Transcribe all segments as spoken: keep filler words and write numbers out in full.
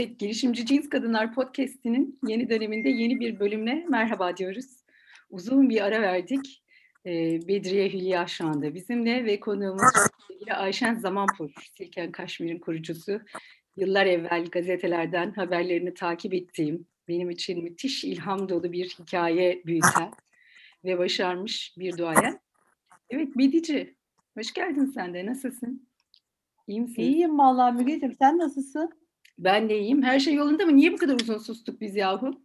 Evet, Girişimci Cins Kadınlar Podcast'inin yeni döneminde yeni bir bölümle merhaba diyoruz. Uzun bir ara verdik. Ee, Bedriye Hülya şu anda bizimle ve konuğumuz sevgili Ayşen Zamanpur, Silken Kaşmir'in kurucusu. Yıllar evvel gazetelerden haberlerini takip ettiğim, benim için müthiş ilham dolu bir hikaye büyüten ve başarmış bir duayen. Evet, Bedici, hoş geldin sen de. Nasılsın? İyi misin? İyiyim vallahi Mügeciğim. Sen nasılsın? Ben de iyiyim. Her şey yolunda mı? Niye bu kadar uzun sustuk biz yahu?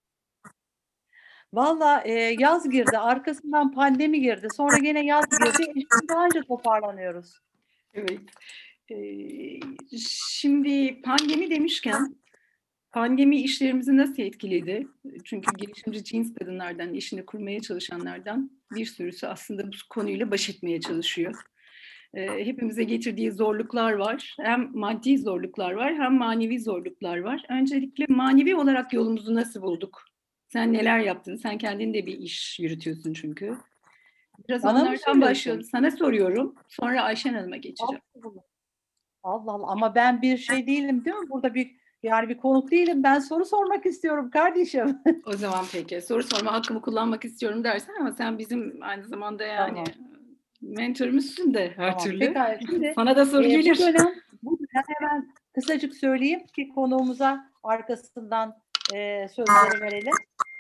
Vallahi e, yaz girdi, arkasından pandemi girdi, sonra gene yaz girdi. E, şimdi daha önce toparlanıyoruz. Evet. Ee, şimdi pandemi demişken pandemi işlerimizi nasıl etkiledi? Çünkü girişimci cins kadınlardan, işini kurmaya çalışanlardan bir sürüsü aslında bu konuyla baş etmeye çalışıyor. Ee, hepimize getirdiği zorluklar var. Hem maddi zorluklar var, hem manevi zorluklar var. Öncelikle manevi olarak yolumuzu nasıl bulduk? Sen neler yaptın? Sen kendin de bir iş yürütüyorsun çünkü. Biraz Bana mı onlardan başlayalım. söylüyorsun? Sana soruyorum. Sonra Ayşen Hanım'a geçeceğim. Allah Allah. Allah. Ama ben bir şey değilim değil mi? Burada bir yani bir konuk değilim. Ben soru sormak istiyorum kardeşim. O zaman peki. Soru sorma hakkımı kullanmak istiyorum dersen ama sen bizim aynı zamanda yani Tamam. mentörümüzsün de her Tamam. türlü. Pekala. Şimdi Sana da soru e, bu gelir. dönem bu dönem hemen kısacık söyleyeyim ki konuğumuza arkasından e, sözleri verelim.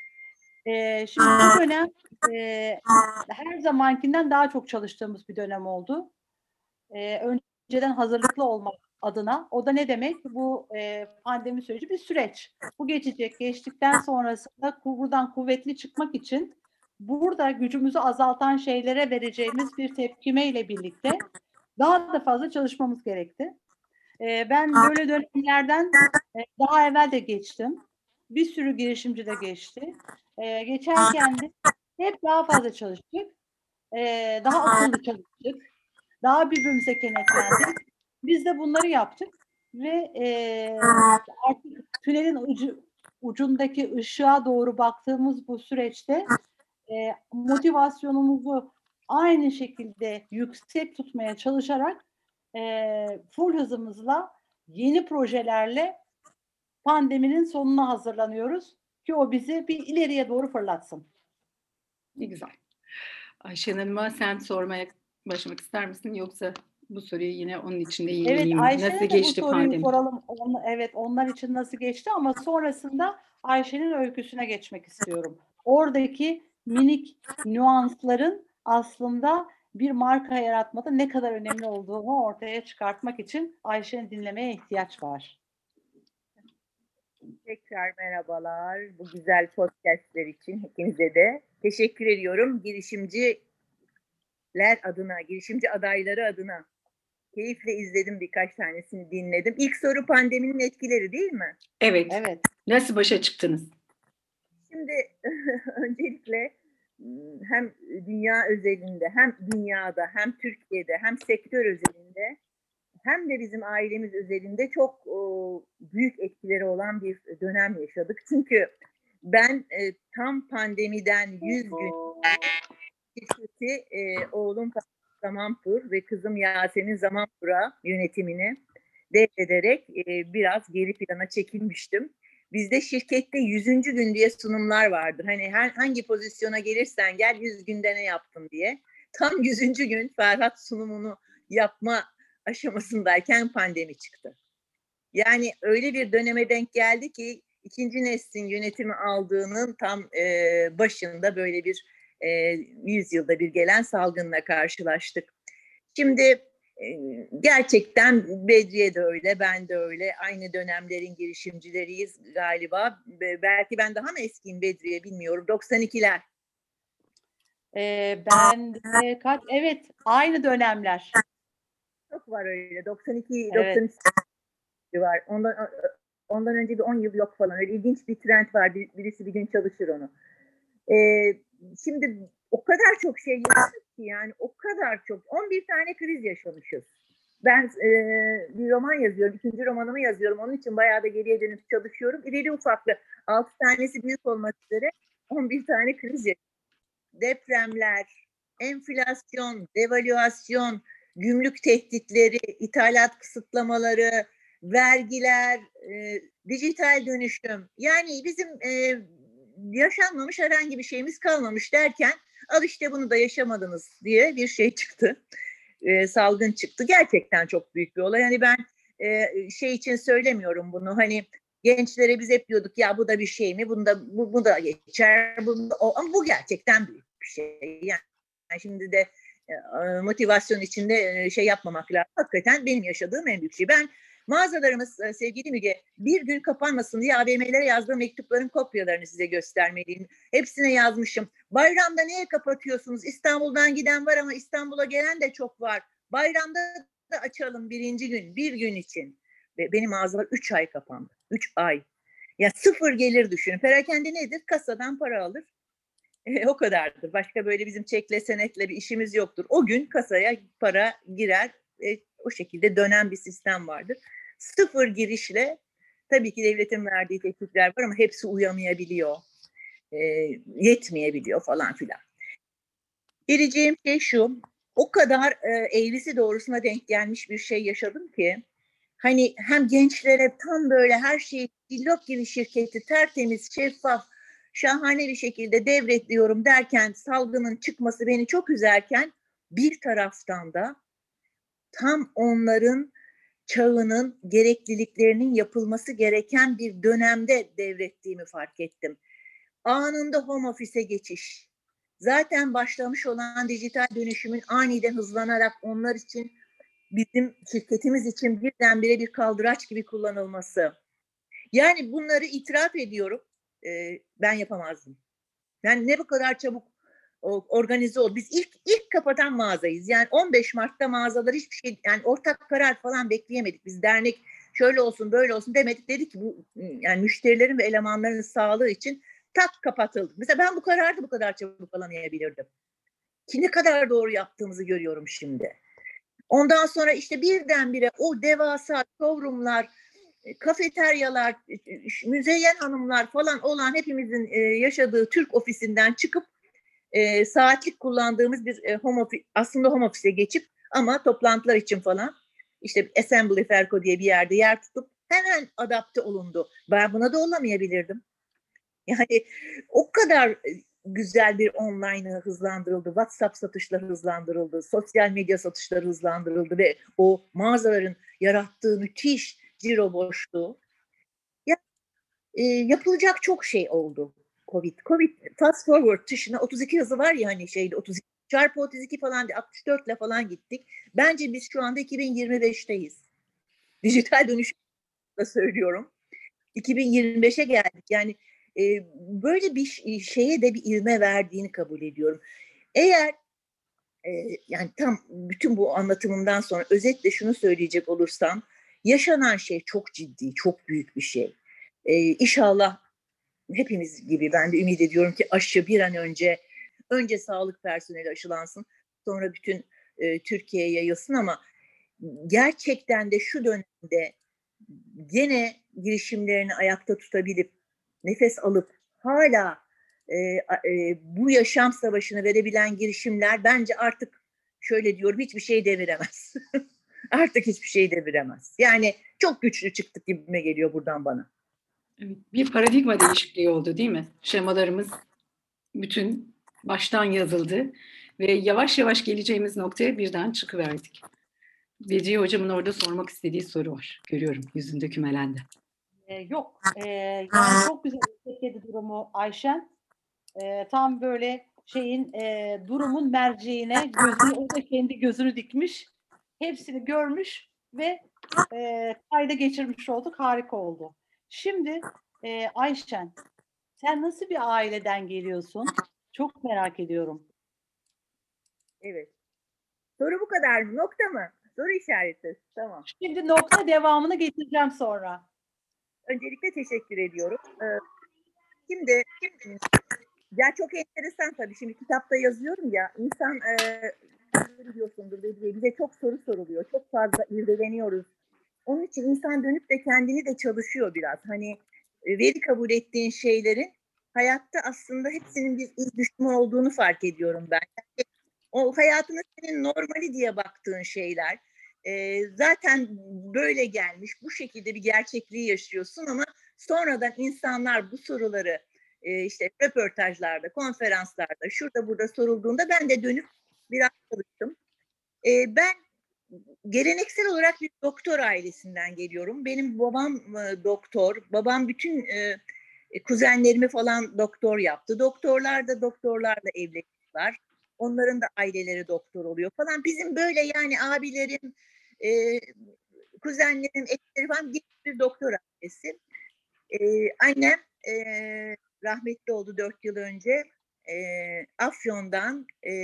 E, şimdi bu dönem e, her zamankinden daha çok çalıştığımız bir dönem oldu. E, önceden hazırlıklı olmak adına. O da ne demek? Bu e, pandemi süreci bir süreç. Bu geçecek. Geçtikten sonrasında buradan kuvvetli çıkmak için burada gücümüzü azaltan şeylere vereceğimiz bir tepkime ile birlikte daha da fazla çalışmamız gerekti. E, ben böyle dönemlerden e, daha evvel de geçtim. Bir sürü girişimci de geçti. E, geçerken de hep daha fazla çalıştık. E, daha akıllı çalıştık. Daha birbirimize kenetlendik. Biz de bunları yaptık ve e, artık tünelin ucu, ucundaki ışığa doğru baktığımız bu süreçte e, motivasyonumuzu aynı şekilde yüksek tutmaya çalışarak e, full hızımızla yeni projelerle pandeminin sonuna hazırlanıyoruz ki o bizi bir ileriye doğru fırlatsın. Ne güzel. Ayşen Hanım'a sen sormaya başlamak ister misin? Yoksa bu soruyu yine onun içinde Evet, yenileyim mi? Nasıl Ayşe'ne de bu geçti soruyu pandemi? soralım. On, evet, onlar için nasıl geçti ama sonrasında Ayşe'nin öyküsüne geçmek istiyorum. Oradaki minik nüansların aslında bir marka yaratmada ne kadar önemli olduğunu ortaya çıkartmak için Ayşe'ni dinlemeye ihtiyaç var. Tekrar merhabalar. Bu güzel podcastler için hepinize de teşekkür ediyorum. Girişimciler adına, girişimci adayları adına keyifle izledim, birkaç tanesini dinledim. İlk soru pandeminin etkileri değil mi? Evet. Evet. Nasıl başa çıktınız? Şimdi öncelikle hem dünya özelinde, hem dünyada, hem Türkiye'de, hem sektör özelinde, hem de bizim ailemiz özelinde çok o, büyük etkileri olan bir dönem yaşadık. Çünkü ben e, tam pandemiden yüz gün şirketi e, oğlum Zamanpur ve kızım Yasemin Zamanpur'a yönetimini devrederek e, biraz geri plana çekilmiştim. Bizde şirkette yüzüncü gün diye sunumlar vardır. Hani her, hangi pozisyona gelirsen gel yüz günde ne yaptın diye. Tam yüzüncü gün Ferhat sunumunu yapma aşamasındayken pandemi çıktı. Yani öyle bir döneme denk geldi ki ikinci neslin yönetimi aldığının tam e, başında böyle bir e, yüzyılda bir gelen salgınla karşılaştık. Şimdi e, gerçekten Bedriye de öyle, ben de öyle. Aynı dönemlerin girişimcileriyiz galiba. Belki ben daha mı eskiyim Bedriye bilmiyorum. doksan ikiler. Ee, ben de kaç? Evet, aynı dönemler. Çok var öyle. doksan iki, Evet. doksan üç var. Ondan ondan önce bir on yıl yok falan. Öyle ilginç bir trend var. Bir, birisi bir gün çalışır onu. Ee, şimdi o kadar çok şey yaşadık ki yani o kadar çok. on bir tane kriz yaşamışız. Ben e, bir roman yazıyorum. İkinci romanımı yazıyorum. Onun için bayağı da geriye dönüp çalışıyorum. İrili ufaklı. altı tanesi büyük olmak üzere on bir tane kriz yaşadık. Depremler, enflasyon, devalüasyon, gümrük tehditleri, ithalat kısıtlamaları, vergiler, e, dijital dönüşüm. Yani bizim e, yaşanmamış herhangi bir şeyimiz kalmamış derken al işte bunu da yaşamadınız diye bir şey çıktı. E, salgın çıktı. Gerçekten çok büyük bir olay. Hani ben e, şey için söylemiyorum bunu. Hani gençlere biz hep diyorduk ya bu da bir şey mi? Bunda bu, bu da geçer. Bu, o, ama bu gerçekten büyük bir şey. Yani şimdi de e, motivasyon içinde e, şey yapmamak lazım. Hakikaten benim yaşadığım en büyük şey. Ben mağazalarımız e, sevgili Müge bir gün kapanmasın diye A V M'lere yazdığım mektupların kopyalarını size göstermeliyim. Hepsine yazmışım. Bayramda niye kapatıyorsunuz? İstanbul'dan giden var ama İstanbul'a gelen de çok var. Bayramda da açalım birinci gün, bir gün için. Ve benim mağazalar üç ay kapandı. Üç ay. Ya sıfır gelir düşünün. Perakende nedir? Kasadan para alır. E, o kadardır. Başka böyle bizim çekle senetle bir işimiz yoktur. O gün kasaya para girer. E, o şekilde dönen bir sistem vardır. Sıfır girişle tabii ki devletin verdiği teklifler var ama hepsi uyamayabiliyor. E, yetmeyebiliyor falan filan. Geleceğim şey şu. O kadar e, eğrisi doğrusuna denk gelmiş bir şey yaşadım ki hani hem gençlere tam böyle her şeyi cillop gibi şirketi tertemiz, şeffaf, şahane bir şekilde devretliyorum derken salgının çıkması beni çok üzerken bir taraftan da tam onların çağının gerekliliklerinin yapılması gereken bir dönemde devrettiğimi fark ettim. Anında home office'e geçiş. Zaten başlamış olan dijital dönüşümün aniden hızlanarak onlar için bizim şirketimiz için birdenbire bir kaldıraç gibi kullanılması. Yani bunları itiraf ediyorum. Ee, ben yapamazdım. Ben ne bu kadar çabuk organize ol. Biz ilk ilk kapatan mağazayız. Yani on beş Mart'ta mağazalar hiçbir şey yani ortak karar falan bekleyemedik. Biz dernek şöyle olsun böyle olsun demedik. Dedik ki bu yani müşterilerin ve elemanların sağlığı için tak kapatıldı. Mesela ben bu kararı bu kadar çabuk alamayabilirdim. Ki ne kadar doğru yaptığımızı görüyorum şimdi. Ondan sonra işte birdenbire o devasa showroomlar, kafeteryalar, müzeyyen hanımlar falan olan hepimizin yaşadığı Türk ofisinden çıkıp e, saatlik kullandığımız bir e, home office, aslında home office'e geçip ama toplantılar için falan işte Assembly Ferko diye bir yerde yer tutup hemen adapte olundu. Ben buna da olamayabilirdim. Yani o kadar güzel bir online hızlandırıldı. WhatsApp satışları hızlandırıldı. Sosyal medya satışları hızlandırıldı ve o mağazaların yarattığı müthiş ciro boşluğu. Ya, e, yapılacak çok şey oldu. Covid. Covid fast forward dışına otuz iki hızı var ya hani şeyde otuz iki çarpı otuz iki falan altmış dört ile falan gittik. Bence biz şu anda iki bin yirmi beşteyiz. Dijital dönüşüm da söylüyorum. iki bin yirmi beşe geldik. Yani e, böyle bir şeye de bir ivme verdiğini kabul ediyorum. Eğer e, yani tam bütün bu anlatımımdan sonra özetle şunu söyleyecek olursam yaşanan şey çok ciddi, çok büyük bir şey. E, İnşallah hepimiz gibi ben de ümit ediyorum ki aşı bir an önce önce sağlık personeli aşılansın, sonra bütün e, Türkiye'ye yayılsın ama gerçekten de şu dönemde gene girişimlerini ayakta tutabilip nefes alıp hala e, e, bu yaşam savaşını verebilen girişimler bence artık şöyle diyorum hiçbir şey deviremez. Artık hiçbir şey deviremez. Yani çok güçlü çıktık gibime geliyor buradan bana. Bir paradigma değişikliği oldu değil mi? Şemalarımız bütün baştan yazıldı ve yavaş yavaş geleceğimiz noktaya birden çıkıverdik. Vecihi hocamın orada sormak istediği soru var. Görüyorum yüzünde kümelendi. Ee, yok. Ee, yani çok güzel özetledi durumu Ayşen. Ee, tam böyle şeyin e, durumun merceğine gözünü, o da kendi gözünü dikmiş. Hepsini görmüş ve e, kayda geçirmiş olduk. Harika oldu. Şimdi e, Ayşen, sen nasıl bir aileden geliyorsun? Çok merak ediyorum. Evet. Soru bu kadar mı? Nokta mı? Soru işareti. Tamam. Şimdi nokta devamını getireceğim sonra. Öncelikle teşekkür ediyorum. Ee, şimdi, şimdi ya çok enteresan tabii. Şimdi kitapta yazıyorum ya. İnsan e, biliyorsundur dedi, bize çok soru soruluyor. Çok fazla irdeleniyoruz. Onun için insan dönüp de kendini de çalışıyor biraz. Hani e, veri kabul ettiğin şeylerin hayatta aslında hepsinin bir iz düşümü olduğunu fark ediyorum ben. Yani, o hayatının senin normali diye baktığın şeyler, e, zaten böyle gelmiş, bu şekilde bir gerçekliği yaşıyorsun ama sonradan insanlar bu soruları e, işte röportajlarda, konferanslarda, şurada burada sorulduğunda ben de dönüp biraz çalıştım. E, ben geleneksel olarak bir doktor ailesinden geliyorum. Benim babam e, doktor, babam bütün e, kuzenlerimi falan doktor yaptı. Doktorlar da doktorlarla evleniyorlar. Onların da aileleri doktor oluyor falan. Bizim böyle yani abilerim, e, kuzenlerim, eşleri falan bir doktor ailesi. E, annem e, rahmetli oldu dört yıl önce. E, Afyon'dan e,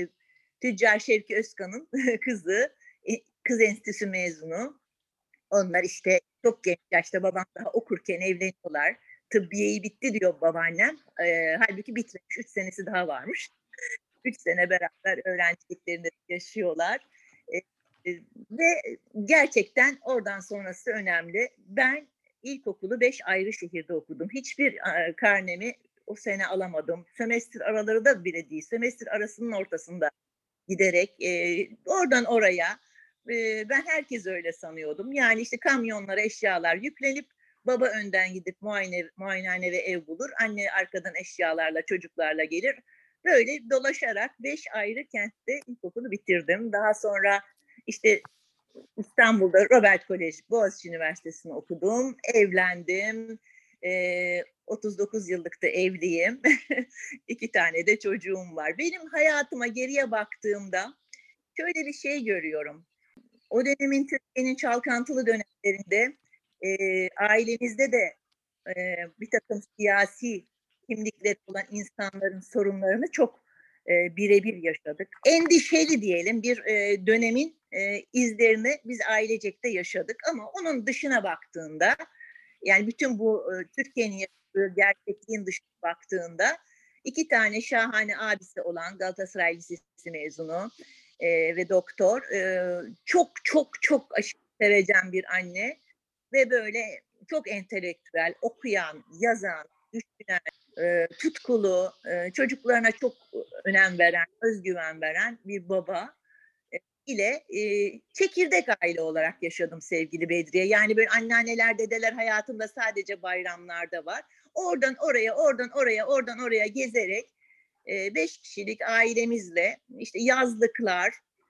Tüccar Şevki Özkan'ın kızı, e, kız enstitüsü mezunu. Onlar işte çok genç yaşta babam daha okurken evleniyorlar. Tıbbiyeyi bitti diyor babaannem. E, halbuki bitmemiş. Üç senesi daha varmış. Üç sene beraber öğrenciliklerinde yaşıyorlar. E, e, ve gerçekten oradan sonrası önemli. Ben ilkokulu beş ayrı şehirde okudum. Hiçbir e, karnemi o sene alamadım. Sömestr araları da bile değil. Sömestr arasının ortasında giderek e, oradan oraya e, ben herkes öyle sanıyordum. Yani işte kamyonlara eşyalar yüklenip baba önden gidip muayene, muayenehane ve ev bulur. Anne arkadan eşyalarla çocuklarla gelir. Böyle dolaşarak beş ayrı kentte ilkokulu bitirdim. Daha sonra işte İstanbul'da Robert Kolej, Boğaziçi Üniversitesi'ni okudum. Evlendim. Ee, otuz dokuz yıllık da evliyim. İki tane de çocuğum var. Benim hayatıma geriye baktığımda şöyle bir şey görüyorum. O dönemin Türkiye'nin çalkantılı dönemlerinde e, ailemizde de e, bir takım siyasi kimlikleri olan insanların sorunlarını çok e, birebir yaşadık. Endişeli diyelim bir e, dönemin e, izlerini biz ailecekte yaşadık ama onun dışına baktığında yani bütün bu e, Türkiye'nin yaşadığı gerçekliğin dışına baktığında iki tane şahane abisi olan Galatasaray Lisesi mezunu e, ve doktor e, çok çok çok aşırı sevecen bir anne ve böyle çok entelektüel, okuyan, yazan, düşünen, e, tutkulu, e, çocuklarına çok önem veren, özgüven veren bir baba e, ile e, çekirdek aile olarak yaşadım sevgili Bedriye. Yani böyle anneanneler, dedeler hayatımda sadece bayramlarda var. Oradan oraya, oradan oraya, oradan oraya gezerek e, beş kişilik ailemizle işte yazlıklar,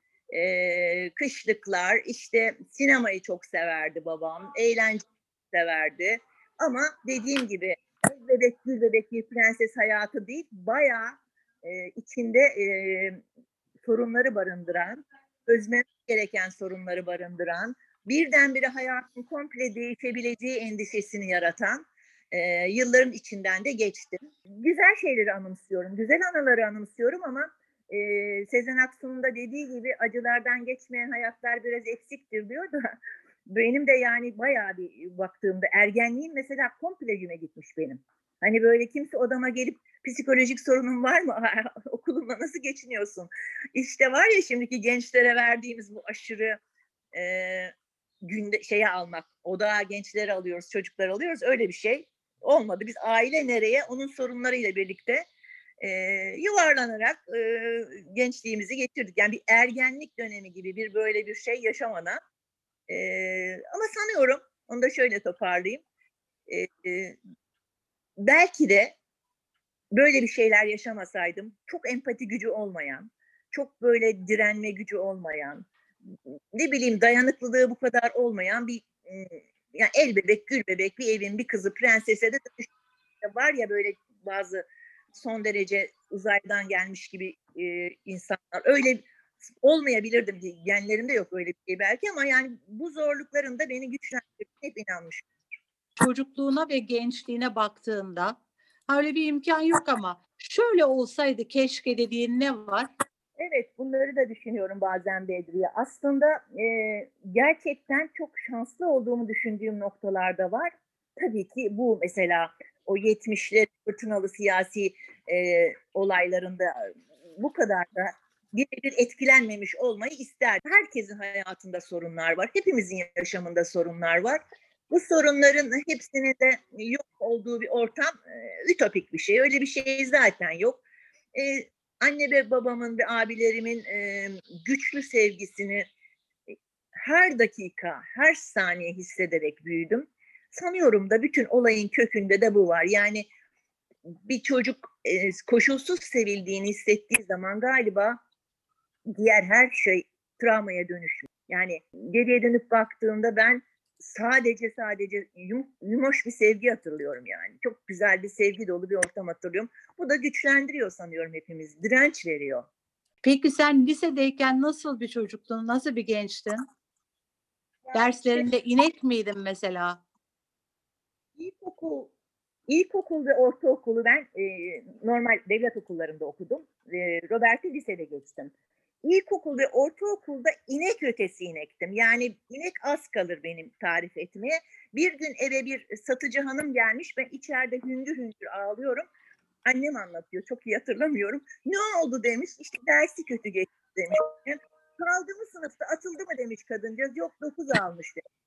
e, kışlıklar, işte sinemayı çok severdi babam, eğlence severdi. Ama dediğim gibi bebek gül bebek bir prenses hayatı değil, bayağı e, içinde e, sorunları barındıran, çözmemiz gereken sorunları barındıran, birdenbire hayatın komple değişebileceği endişesini yaratan e, yılların içinden de geçtim. Güzel şeyleri anımsıyorum, güzel anıları anımsıyorum ama e, Sezen Aksu'nun da dediği gibi acılardan geçmeyen hayatlar biraz eksiktir diyor da benim de yani bayağı bir baktığımda ergenliğim mesela komple güme gitmiş benim. Hani böyle kimse odama gelip psikolojik sorunun var mı? Okulunla nasıl geçiniyorsun? İşte var ya şimdiki gençlere verdiğimiz bu aşırı e, günde şeye almak. Odağa gençleri alıyoruz, çocuklar alıyoruz. Öyle bir şey olmadı. Biz aile nereye? Onun sorunlarıyla birlikte e, yuvarlanarak e, gençliğimizi getirdik. Yani bir ergenlik dönemi gibi bir böyle bir şey yaşamadan. E, ama sanıyorum, onu da şöyle toparlayayım. E, e, belki de böyle bir şeyler yaşamasaydım, çok empati gücü olmayan, çok böyle direnme gücü olmayan, ne bileyim dayanıklılığı bu kadar olmayan bir yani el bebek gül bebek bir evin bir kızı prensese de var ya böyle bazı son derece uzaydan gelmiş gibi e, insanlar. Öyle olmayabilirdim. Genlerimde yok öyle bir şey belki ama yani bu zorlukların da beni güçlendirdiğine hep inanmışım. Çocukluğuna ve gençliğine baktığında öyle bir imkan yok ama şöyle olsaydı keşke dediğin ne var? Evet, bunları da düşünüyorum bazen Bedriye. Aslında e, gerçekten çok şanslı olduğumu düşündüğüm noktalarda var. Tabii ki bu mesela o yetmişler fırtınalı siyasi e, olaylarında bu kadar da birebir etkilenmemiş olmayı isterdim. Herkesin hayatında sorunlar var. Hepimizin yaşamında sorunlar var. Bu sorunların hepsinin de yok olduğu bir ortam e, ütopik bir şey. Öyle bir şey zaten yok. E, anne ve babamın ve abilerimin e, güçlü sevgisini her dakika, her saniye hissederek büyüdüm. Sanıyorum da bütün olayın kökünde de bu var. Yani bir çocuk e, koşulsuz sevildiğini hissettiği zaman galiba diğer her şey travmaya dönüşüyor. Yani geriye dönüp baktığımda ben sadece sadece yum, yumuş bir sevgi hatırlıyorum yani. Çok güzel bir sevgi dolu bir ortam hatırlıyorum. Bu da güçlendiriyor sanıyorum hepimiz. Direnç veriyor. Peki sen lisedeyken nasıl bir çocuktun? Nasıl bir gençtin? Yani Derslerinde işte, inek miydin mesela? İlkokul, ilkokul ve ortaokulu ben e, normal devlet okullarında okudum. E, Robert'i lisede geçtim. İlkokul ve ortaokulda inek ötesi inektim. Yani inek az kalır benim tarif etmeye. Bir gün eve bir satıcı hanım gelmiş. Ben içeride hüngür hüngür ağlıyorum. Annem anlatıyor. Çok iyi hatırlamıyorum. Ne oldu demiş. İşte dersi kötü geçti demiş. Kaldı mı sınıfta, atıldı mı demiş kadıncağız. Yok, dokuz almış demiş.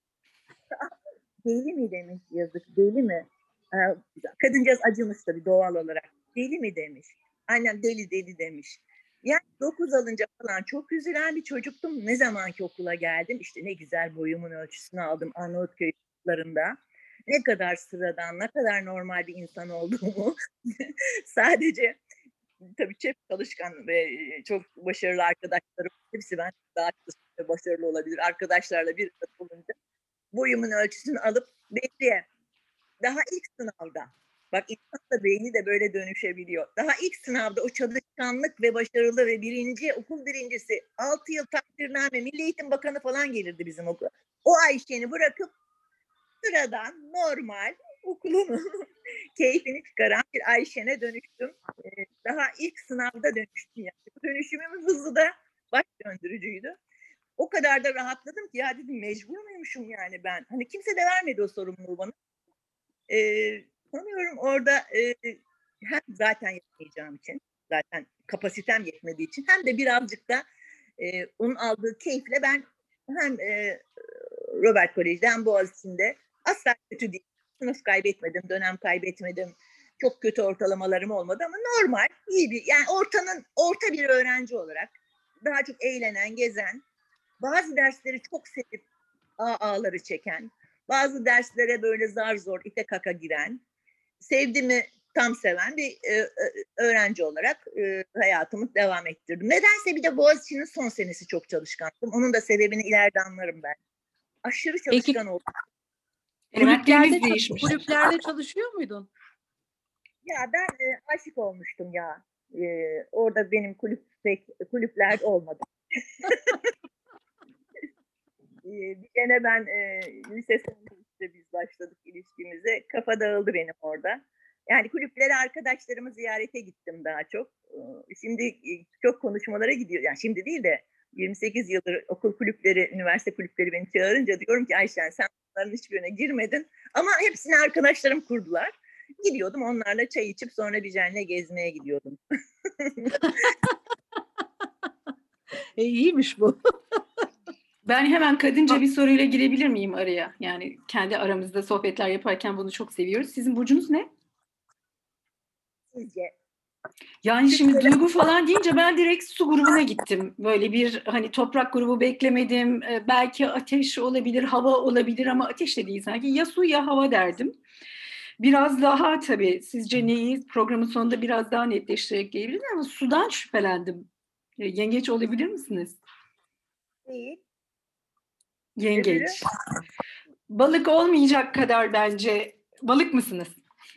Deli mi demiş, yazık, deli mi? Ee, kadıncağız acımış tabii doğal olarak. Deli mi demiş. Annem deli deli demiş. Yani dokuz alınca falan çok üzülen bir çocuktum. Ne zamanki okula geldim, işte ne güzel boyumun ölçüsünü aldım Arnavutköy okullarında. Ne kadar sıradan, ne kadar normal bir insan olduğumu sadece tabii çok çalışkan ve çok başarılı arkadaşlarım, hepsi ben daha başarılı olabilir arkadaşlarla bir arada olunca boyumun ölçüsünü alıp belliye daha ilk sınavda, bak insan da beyni de böyle dönüşebiliyor. Daha ilk sınavda o çalışkanlık ve başarılı ve birinci, okul birincisi, altı yıl takdirname, Milli Eğitim Bakanı falan gelirdi bizim okula. O Ayşe'ni bırakıp sıradan, normal, okulun keyfini çıkaran bir Ayşe'ne dönüştüm. Ee, daha ilk sınavda dönüştüm yani. Bu dönüşümün hızı da baş döndürücüydü. O kadar da rahatladım ki ya dedim mecbur muymuşum yani ben. Hani kimse de vermedi o sorumluluğu bana. Ee, sanıyorum orada e, hem zaten yapamayacağım için, zaten kapasitem yetmediği için hem de birazcık da e, onun aldığı keyifle ben hem e, Robert Kolej'den Boğaziçi'nde asla kötü değil. Sınıf kaybetmedim, dönem kaybetmedim. Çok kötü ortalamalarım olmadı ama normal, iyi bir, yani ortanın orta bir öğrenci olarak daha çok eğlenen, gezen, bazı dersleri çok sevip A A'ları çeken, bazı derslere böyle zar zor ite kaka giren, sevdiğimi tam seven bir e, öğrenci olarak e, hayatımı devam ettirdim. Nedense bir de Boğaziçi'nin son senesi çok çalışkandım. Onun da sebebini ileride anlarım ben. Aşırı Peki çalışkan oldum. Elementleriniz kulüplerde, değişmiş. kulüplerde çalışıyor muydun? Ya ben e, aşık olmuştum ya. E, orada benim kulüp pek kulüpler olmadı. e, bir gene ben e, lise sonunda biz başladık ilişkimize. Kafa dağıldı benim orada. Yani kulüplere arkadaşlarımı ziyarete gittim daha çok. E, şimdi e, çok konuşmalara gidiyor. Yani şimdi değil de yirmi sekiz yıldır okul kulüpleri, üniversite kulüpleri beni çağırınca diyorum ki Ayşen sen bunların hiçbirine girmedin. Ama hepsini arkadaşlarım kurdular. Gidiyordum onlarla çay içip sonra Bijen'le gezmeye gidiyordum. E, iyiymiş bu. Ben hemen kadınca bir soruyla girebilir miyim araya? Yani kendi aramızda sohbetler yaparken bunu çok seviyoruz. Sizin burcunuz ne? Sizce? Yani şimdi duygu falan deyince ben direkt su grubuna gittim. Böyle bir hani toprak grubu beklemedim. Ee, belki ateş olabilir, hava olabilir ama ateş de değil sanki. Ya su ya hava derdim. Biraz daha tabii sizce neyi programın sonunda biraz daha netleştirerek gelebilir ama sudan şüphelendim. Ee, Yengeç olabilir misiniz? Değil. Öbürü? Yengeç. Balık olmayacak kadar bence. Balık mısınız?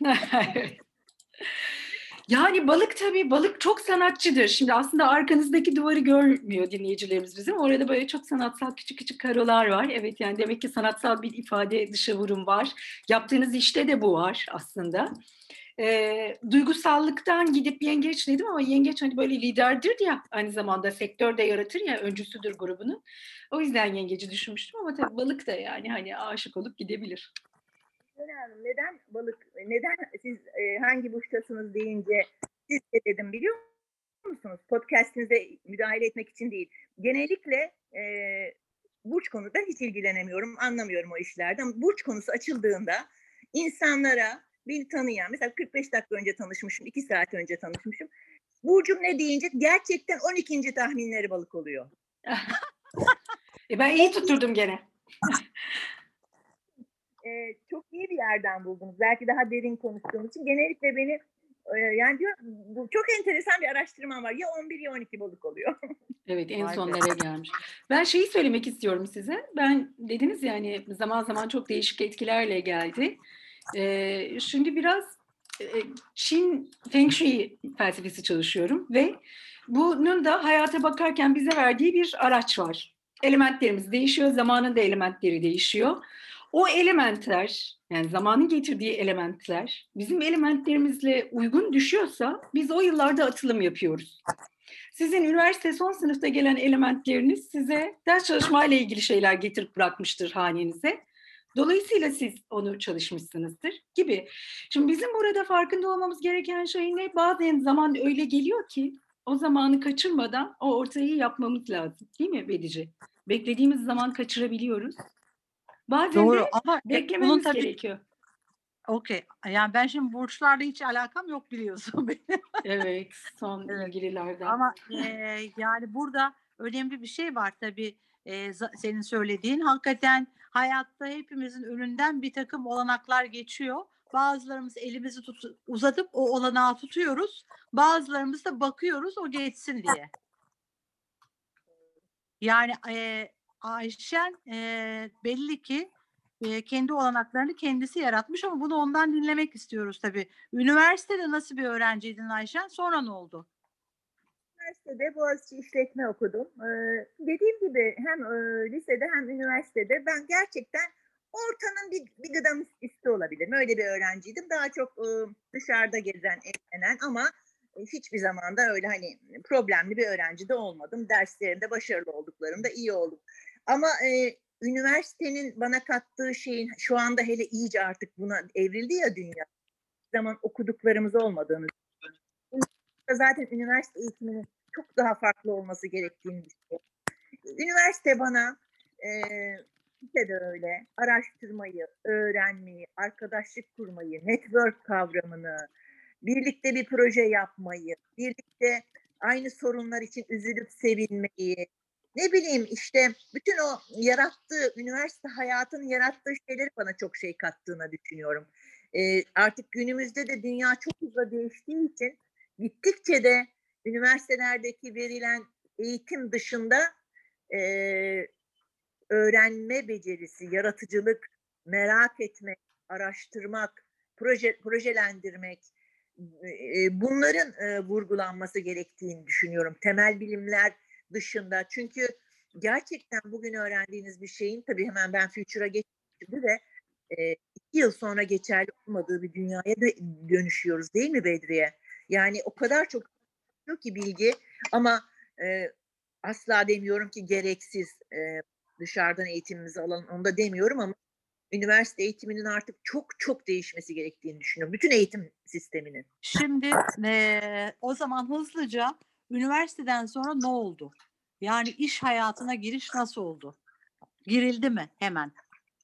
Yani balık tabii balık çok sanatçıdır. Şimdi aslında arkanızdaki duvarı görmüyor dinleyicilerimiz bizim. Orada böyle çok sanatsal küçük küçük karolar var. Evet yani demek ki sanatsal bir ifade dışa vurum var. Yaptığınız işte de bu var aslında. E, duygusallıktan gidip yengeç dedim ama yengeç hani böyle liderdir ya aynı zamanda sektörde yaratır ya öncüsüdür grubunun. O yüzden yengeci düşünmüştüm ama tabii balık da yani hani aşık olup gidebilir. Hanım, neden balık, neden siz e, hangi burçtasınız deyince siz de dedim biliyor musunuz? Podcast'inize müdahale etmek için değil. Genellikle e, burç konuda hiç ilgilenemiyorum, anlamıyorum o işlerden. Burç konusu açıldığında insanlara beni tanıyan, mesela kırk beş dakika önce tanışmışım, iki saat önce tanışmışım. Burcum ne deyince gerçekten on ikinci tahminleri balık oluyor. E ben iyi tutturdum gene. Ee, çok iyi bir yerden buldunuz. Belki daha derin konuştuğum için. Genellikle beni e, yani diyor, bu çok enteresan bir araştırma var. Ya on bir ya on iki balık oluyor. Evet, en Vay be. sonlara gelmiş. Ben şeyi söylemek istiyorum size. Ben dediniz ya hani zaman zaman çok değişik etkilerle geldi. Ee, şimdi biraz e, Çin Feng Shui felsefesi çalışıyorum ve bunun da hayata bakarken bize verdiği bir araç var. Elementlerimiz değişiyor, zamanın da elementleri değişiyor. O elementler, yani zamanın getirdiği elementler bizim elementlerimizle uygun düşüyorsa biz o yıllarda atılım yapıyoruz. Sizin üniversite son sınıfta gelen elementleriniz size ders çalışmayla ilgili şeyler getirip bırakmıştır hanenize. Dolayısıyla siz onu çalışmışsınızdır gibi. Şimdi bizim burada farkında olmamız gereken şey ne? Bazen zaman öyle geliyor ki o zamanı kaçırmadan o ortayı yapmamız lazım. Değil mi Bedice? Beklediğimiz zaman kaçırabiliyoruz. Bazen Doğru de ama e, bunun beklememiz tabii gerekiyor. okey. Yani ben şimdi burçlarla hiç alakam yok biliyorsun benim. Evet, son Evet. ilgililerden. Ama e, yani burada önemli bir şey var tabii e, za- senin söylediğin. Hakikaten hayatta hepimizin önünden bir takım olanaklar geçiyor. Bazılarımız elimizi tut- uzatıp o olanağı tutuyoruz. Bazılarımız da bakıyoruz o geçsin diye. Yani e, Ayşen e, belli ki e, kendi olanaklarını kendisi yaratmış ama bunu ondan dinlemek istiyoruz tabii. Üniversitede nasıl bir öğrenciydin Ayşen? Sonra ne oldu? Üniversitede Boğaziçi İşletme okudum. Ee, dediğim gibi hem e, lisede hem üniversitede ben gerçekten ortanın bir, bir gıdam üstü olabilirim. Öyle bir öğrenciydim. Daha çok e, dışarıda gezen, eğlenen ama e, hiçbir zaman da öyle hani problemli bir öğrenci de olmadım. Derslerimde başarılı olduklarımda iyi oldum. Ama e, üniversitenin bana kattığı şeyin şu anda hele iyice artık buna evrildi ya dünya. Bir zaman okuduklarımız olmadığını zaten üniversite eğitiminin çok daha farklı olması gerektiğini düşünüyorum. Üniversite bana e, lisede öyle araştırmayı, öğrenmeyi, arkadaşlık kurmayı, network kavramını, birlikte bir proje yapmayı, birlikte aynı sorunlar için üzülüp sevinmeyi, ne bileyim işte bütün o yarattığı, üniversite hayatının yarattığı şeyleri bana çok şey kattığını düşünüyorum. E, artık günümüzde de dünya çok hızlı değiştiği için gittikçe de üniversitelerdeki verilen eğitim dışında e, öğrenme becerisi, yaratıcılık, merak etmek, araştırmak, proje projelendirmek e, bunların e, vurgulanması gerektiğini düşünüyorum. Temel bilimler dışında. Çünkü gerçekten bugün öğrendiğiniz bir şeyin tabii hemen ben Future'a geçtiğimde de e, iki yıl sonra geçerli olmadığı bir dünyaya da dönüşüyoruz değil mi Bedriye? Yani o kadar çok ki bilgi ama e, asla demiyorum ki gereksiz e, dışarıdan eğitimimizi alalım onu da demiyorum ama üniversite eğitiminin artık çok çok değişmesi gerektiğini düşünüyorum. Bütün eğitim sisteminin. Şimdi eee, o zaman hızlıca üniversiteden sonra ne oldu? Yani iş hayatına giriş nasıl oldu? Girildi mi hemen?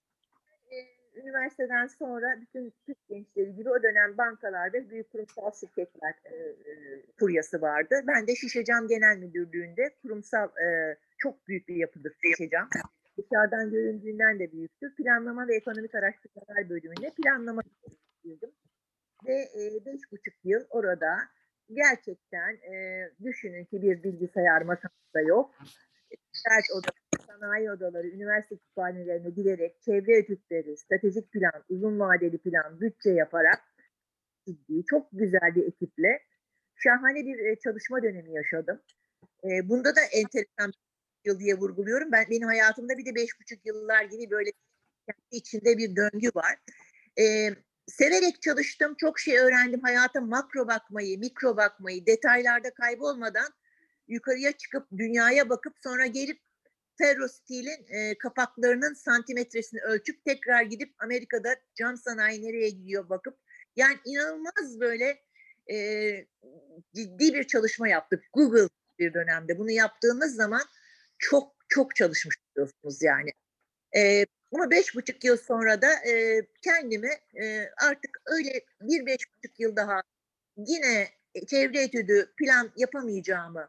E, üniversiteden sonra bütün Türk gençleri gibi o dönem bankalarda büyük kurumsal şirketler e, e, furyası vardı. Ben de Şişecam Genel Müdürlüğü'nde kurumsal e, çok büyük bir yapıdır Şişecam. Dışarıdan göründüğünden de büyüktür. Planlama ve Ekonomik Araştırmalar bölümünde planlama girdim. Ve e, beş buçuk yıl orada gerçekten e, düşünün ki bir bilgisayar masamızda yok. Ders odaları, sanayi odaları, üniversite kütüphanelerine giderek çevre etütleri, stratejik plan, uzun vadeli plan, bütçe yaparak ciddi, çok güzel bir ekiple şahane bir e, çalışma dönemi yaşadım. E, bunda da enteresan bir yıl diye vurguluyorum. Ben benim hayatımda bir de beş buçuk yıllar gibi böyle kendi içinde bir döngü var. E, severek çalıştım, çok şey öğrendim. Hayata makro bakmayı, mikro bakmayı, detaylarda kaybolmadan yukarıya çıkıp dünyaya bakıp sonra gelip ferrostilin e, kapaklarının santimetresini ölçüp tekrar gidip Amerika'da cam sanayi nereye gidiyor bakıp yani inanılmaz böyle e, ciddi bir çalışma yaptık. Google bir dönemde bunu yaptığınız zaman çok çok çalışmış oluyorsunuz yani. E, ama beş buçuk yıl sonra da e, kendimi e, artık öyle bir beş buçuk yıl daha yine çevre etüdü plan yapamayacağımı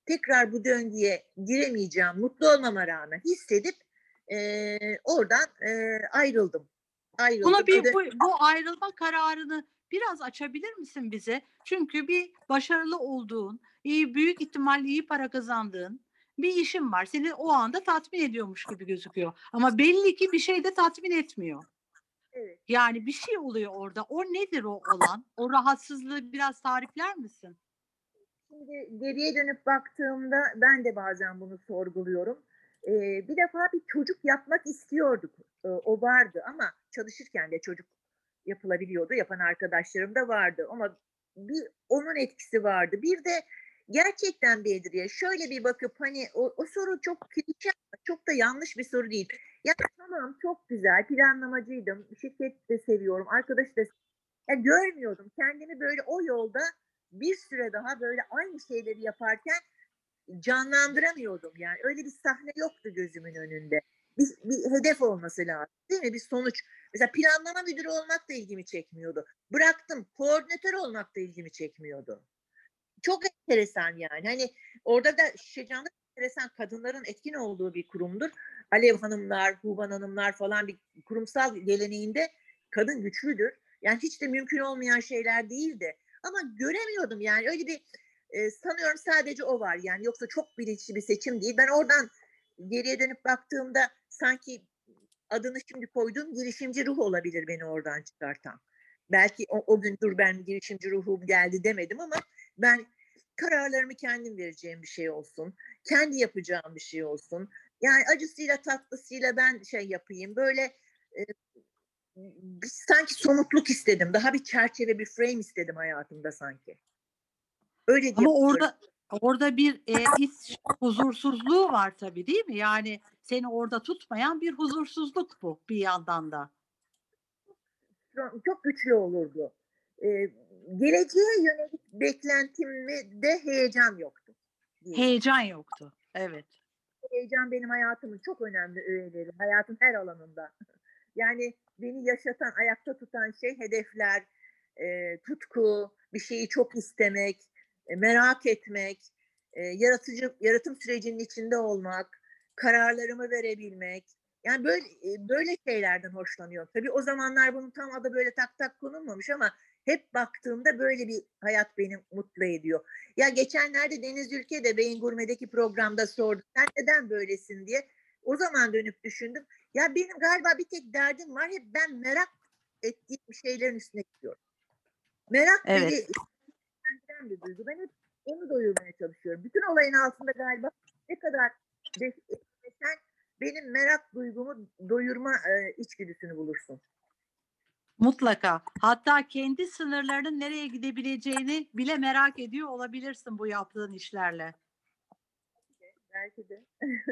tekrar bu döngüye giremeyeceğim, mutlu olmama rağmen hissedip e, oradan e, ayrıldım. Ayrıldım. Buna bir O dön- bu, bu ayrılma kararını biraz açabilir misin bize? Çünkü bir başarılı olduğun, iyi büyük ihtimalle iyi para kazandığın bir işin var. Seni o anda tatmin ediyormuş gibi gözüküyor. Ama belli ki bir şey de tatmin etmiyor. Evet. Yani bir şey oluyor orada. O nedir o olan? O rahatsızlığı biraz tarifler misin? Şimdi geriye dönüp baktığımda ben de bazen bunu sorguluyorum. Ee, bir defa bir çocuk yapmak istiyorduk. Ee, o vardı ama çalışırken de çocuk yapılabiliyordu. Yapan arkadaşlarım da vardı ama bir onun etkisi vardı. Bir de gerçekten Bedriye şöyle bir bakıp hani o, o soru çok klişe ama çok da yanlış bir soru değil. Yani tamam çok güzel planlamacıydım. Şirket de seviyorum. Arkadaş da ya görmüyordum. Kendimi böyle o yolda bir süre daha böyle aynı şeyleri yaparken canlandıramıyordum. Yani öyle bir sahne yoktu gözümün önünde. Bir, bir hedef olması lazım değil mi? Bir sonuç. Mesela planlama müdürü olmak da ilgimi çekmiyordu. Bıraktım. Koordinatör olmak da ilgimi çekmiyordu. Çok enteresan yani. Hani orada da Şişecan'da enteresan kadınların etkin olduğu bir kurumdur. Alev Hanımlar, Huban Hanımlar falan bir kurumsal geleneğinde kadın güçlüdür. Yani hiç de mümkün olmayan şeyler değildi. Ama göremiyordum yani öyle bir e, sanıyorum sadece o var yani yoksa çok bilinçli bir seçim değil. Ben oradan geriye dönüp baktığımda sanki adını şimdi koyduğum girişimci ruh olabilir beni oradan çıkartan. Belki o, o gün dur ben girişimci ruhum geldi demedim ama ben kararlarımı kendim vereceğim bir şey olsun. Kendi yapacağım bir şey olsun. Yani acısıyla tatlısıyla ben şey yapayım. Böyle e, bir, sanki somutluk istedim. Daha bir çerçeve, bir frame istedim hayatımda sanki. Öyle diye Ama yapıyorum. orada orada bir e, iç huzursuzluğu var tabii değil mi? Yani seni orada tutmayan bir huzursuzluk bu bir yandan da. Çok güçlü olurdu. E, geleceğe yönelik beklentimde heyecan yoktu. Diyelim. Heyecan yoktu. Evet. Heyecan benim hayatımın çok önemli öğeleri. Hayatın her alanında. Yani beni yaşatan, ayakta tutan şey hedefler, e, tutku, bir şeyi çok istemek, e, merak etmek, e, yaratıcı yaratım sürecinin içinde olmak, kararlarımı verebilmek. Yani böyle e, böyle şeylerden hoşlanıyorum. Tabii o zamanlar bunun tam adı böyle tak tak konulmamış ama hep baktığımda böyle bir hayat beni mutlu ediyor. Ya geçenlerde Deniz Ülke de Beyin Gurme'deki programda sordu. Sen neden böylesin diye. O zaman dönüp düşündüm. Ya benim galiba bir tek derdim var. Hep ben merak ettiğim şeylerin üstüne gidiyorum. Merak beni Evet. ilgilendiren bir duygu. Ben hep onu doyurmaya çalışıyorum. Bütün olayın altında galiba ne kadar sen benim merak duygumu doyurma e, içgüdüsünü bulursun. Mutlaka. Hatta kendi sınırlarının nereye gidebileceğini bile merak ediyor olabilirsin bu yaptığın işlerle. Belki de.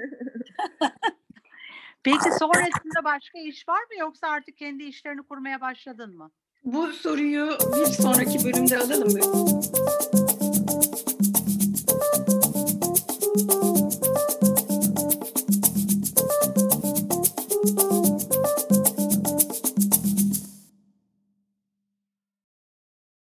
Peki sonrasında başka iş var mı yoksa artık kendi işlerini kurmaya başladın mı? Bu soruyu bir sonraki bölümde alalım mı?